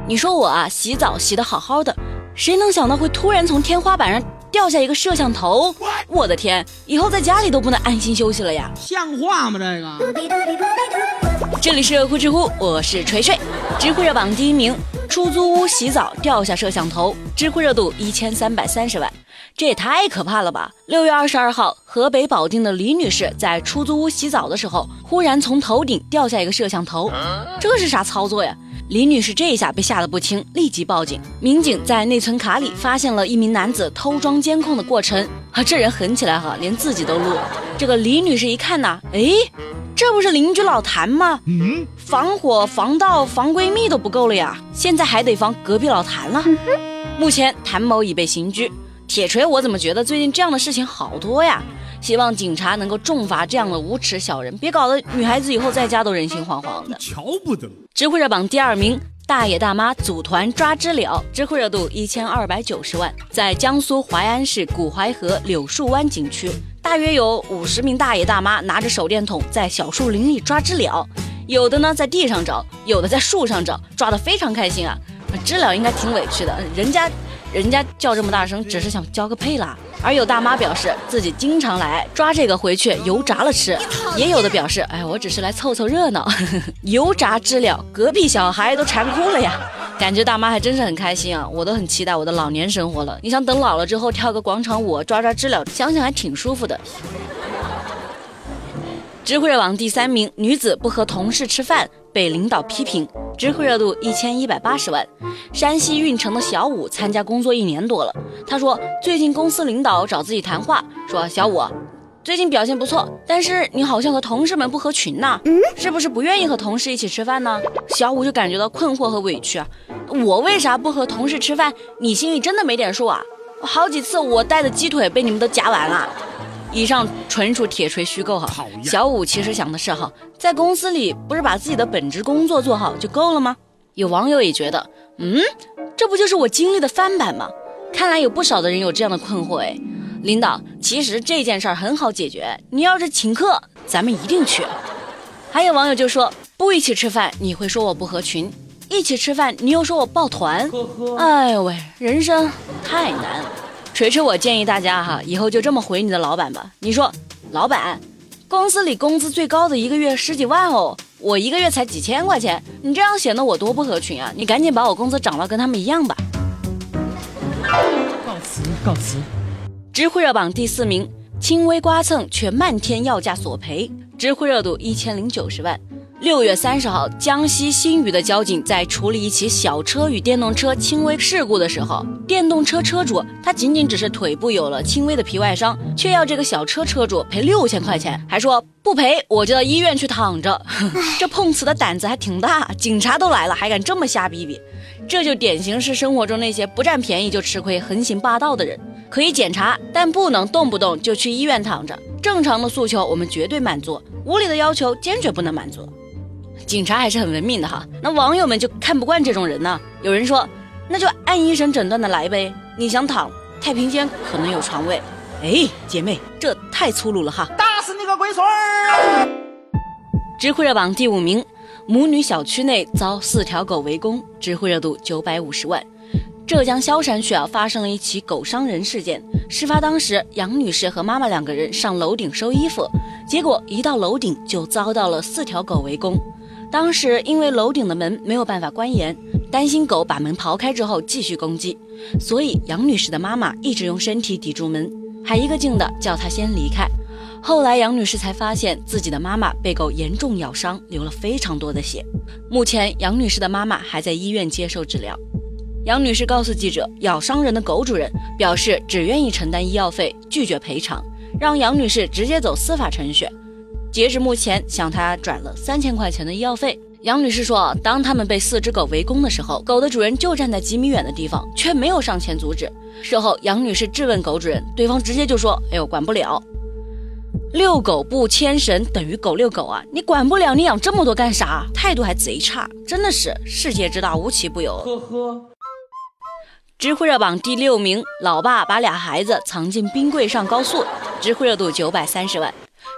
你说我啊，洗澡洗得好好的，谁能想到会突然从天花板上掉下一个摄像头？我的天，以后在家里都不能安心休息了呀！ 像话吗？这个。 这里是呼知乎，我是锤锤。知乎热榜第一名，出租屋洗澡掉下摄像头，知乎热度1330万。这也太可怕了吧！6月22号，河北保定的李女士在出租屋洗澡的时候，忽然从头顶掉下一个摄像头，这是啥操作呀？李女士这一下被吓得不轻，立即报警。民警在内存卡里发现了一名男子偷装监控的过程，这人狠起来连自己都录。这个李女士一看呐，这不是邻居老谭吗？防火防盗防闺蜜都不够了呀，现在还得防隔壁老谭了。目前谭某已被刑拘。铁锤，我怎么觉得最近这样的事情好多呀？希望警察能够重罚这样的无耻小人，别搞得女孩子以后在家都人心惶惶的。 瞧不得。 知乎热榜第2名，大爷大妈组团抓知了，知乎热度1290万。在江苏淮安市古淮河柳树湾景区，大约有50名大爷大妈拿着手电筒在小树林里抓知了，有的呢在地上找，有的在树上找，抓得非常开心啊。知了应该挺委屈的，人家叫这么大声只是想交个配啦。而有大妈表示自己经常来抓这个回去油炸了吃，也有的表示我只是来凑凑热闹。油炸知了，隔壁小孩都馋哭了呀。感觉大妈还真是很开心啊，我都很期待我的老年生活了。你想等老了之后跳个广场舞抓知了，想想还挺舒服的。知乎热榜第3名，女子不和同事吃饭被领导批评，知乎热度1180万。山西运城的小武参加工作1年多了，他说最近公司领导找自己谈话，说小武最近表现不错，但是你好像和同事们不合群呐，是不是不愿意和同事一起吃饭呢？小武就感觉到困惑和委屈啊，我为啥不和同事吃饭？你心里真的没点数啊？好几次我带的鸡腿被你们都夹完了。以上纯属铁锤虚构哈。小武其实想的是在公司里不是把自己的本职工作做好就够了吗？有网友也觉得，这不就是我经历的翻版吗？看来有不少的人有这样的困惑领导，其实这件事很好解决，你要是请客，咱们一定去。还有网友就说，不一起吃饭你会说我不合群，一起吃饭你又说我抱团，哎呦喂，人生太难了。锤锤，我建议大家以后就这么回你的老板吧。你说，老板，公司里工资最高的一个月10几万我一个月才几千块钱，你这样显得我多不合群啊！你赶紧把我工资涨到跟他们一样吧。 告辞。 知乎热榜第4名，轻微刮蹭却漫天要价索赔，知乎热度1090万。6月30号，江西新余的交警在处理一起小车与电动车轻微事故的时候，电动车车主他仅仅只是腿部有了轻微的皮外伤，却要这个小车车主赔6000块钱，还说不赔我就到医院去躺着。这碰瓷的胆子还挺大，警察都来了还敢这么瞎逼逼，这就典型是生活中那些不占便宜就吃亏横行霸道的人。可以检查，但不能动不动就去医院躺着。正常的诉求我们绝对满足，无理的要求坚决不能满足。警察还是很文明的那网友们就看不惯这种人呢。有人说，那就按医生诊断的来呗，你想躺，太平间可能有床位。姐妹，这太粗鲁了打死你个龟孙儿！ 知乎热榜第5名，母女小区内遭4条狗围攻，知乎热度950万。浙江萧山区发生了一起狗伤人事件。事发当时，杨女士和妈妈2个人上楼顶收衣服，结果一到楼顶就遭到了4条狗围攻。当时因为楼顶的门没有办法关严，担心狗把门刨开之后继续攻击，所以杨女士的妈妈一直用身体抵住门，还一个劲的叫她先离开。后来杨女士才发现自己的妈妈被狗严重咬伤，流了非常多的血。目前杨女士的妈妈还在医院接受治疗。杨女士告诉记者，咬伤人的狗主人表示只愿意承担医药费，拒绝赔偿，让杨女士直接走司法程序。截至目前，向她转了3000块钱的医药费。杨女士说，当他们被4只狗围攻的时候，狗的主人就站在几米远的地方，却没有上前阻止。事后杨女士质问狗主人，对方直接就说，管不了，遛狗不牵绳等于狗遛狗啊，你管不了，你养这么多干啥？态度还贼差，真的是世界之大无奇不有。知乎热榜第6名，老爸把2孩子藏进冰柜上高速，知乎热度930万。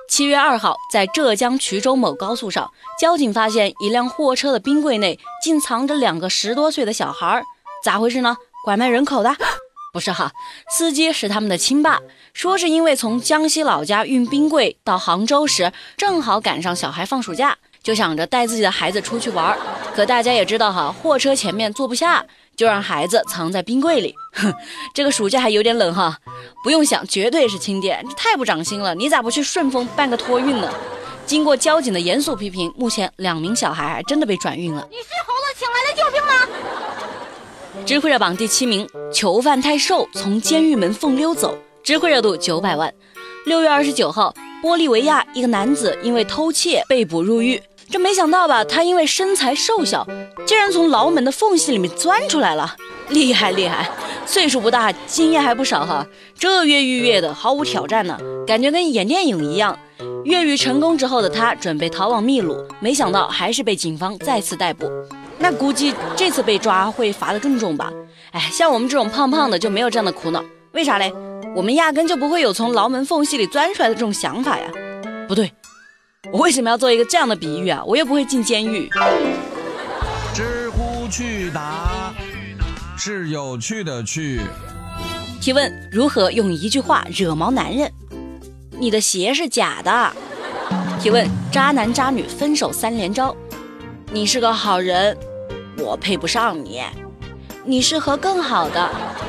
7月2号，在浙江衢州某高速上，交警发现一辆货车的冰柜内竟藏着2个10多岁的小孩，咋回事呢？拐卖人口的？不是哈，司机是他们的亲爸，说是因为从江西老家运冰柜到杭州时，正好赶上小孩放暑假，就想着带自己的孩子出去玩。可大家也知道哈，货车前面坐不下，就让孩子藏在冰柜里。这个暑假还有点冷哈，不用想，绝对是亲爹，这太不长心了，你咋不去顺丰办个托运呢？经过交警的严肃批评，目前2名小孩还真的被转运了。 你是猴子请来的救兵吗？ 知乎热榜第7名，囚犯太瘦，从监狱门缝溜走，知乎热度900万。6月29号，玻利维亚一个男子因为偷窃被捕入狱，这没想到吧，他因为身材瘦小，竟然从牢门的缝隙里面钻出来了，厉害厉害！岁数不大，经验还不少哈，这越狱越的毫无挑战呢，感觉跟演电影一样。越狱成功之后的他准备逃往秘鲁，没想到还是被警方再次逮捕。那估计这次被抓会罚得更重吧？哎，像我们这种胖胖的就没有这样的苦恼，为啥嘞？我们压根就不会有从牢门缝隙里钻出来的这种想法呀。不对，我为什么要做一个这样的比喻啊？我又不会进监狱。 知乎趣答是有趣的趣。 提问：如何用1句话惹毛男人？你的鞋是假的。提问：渣男渣女分手3连招。你是个好人，我配不上你，你适合更好的。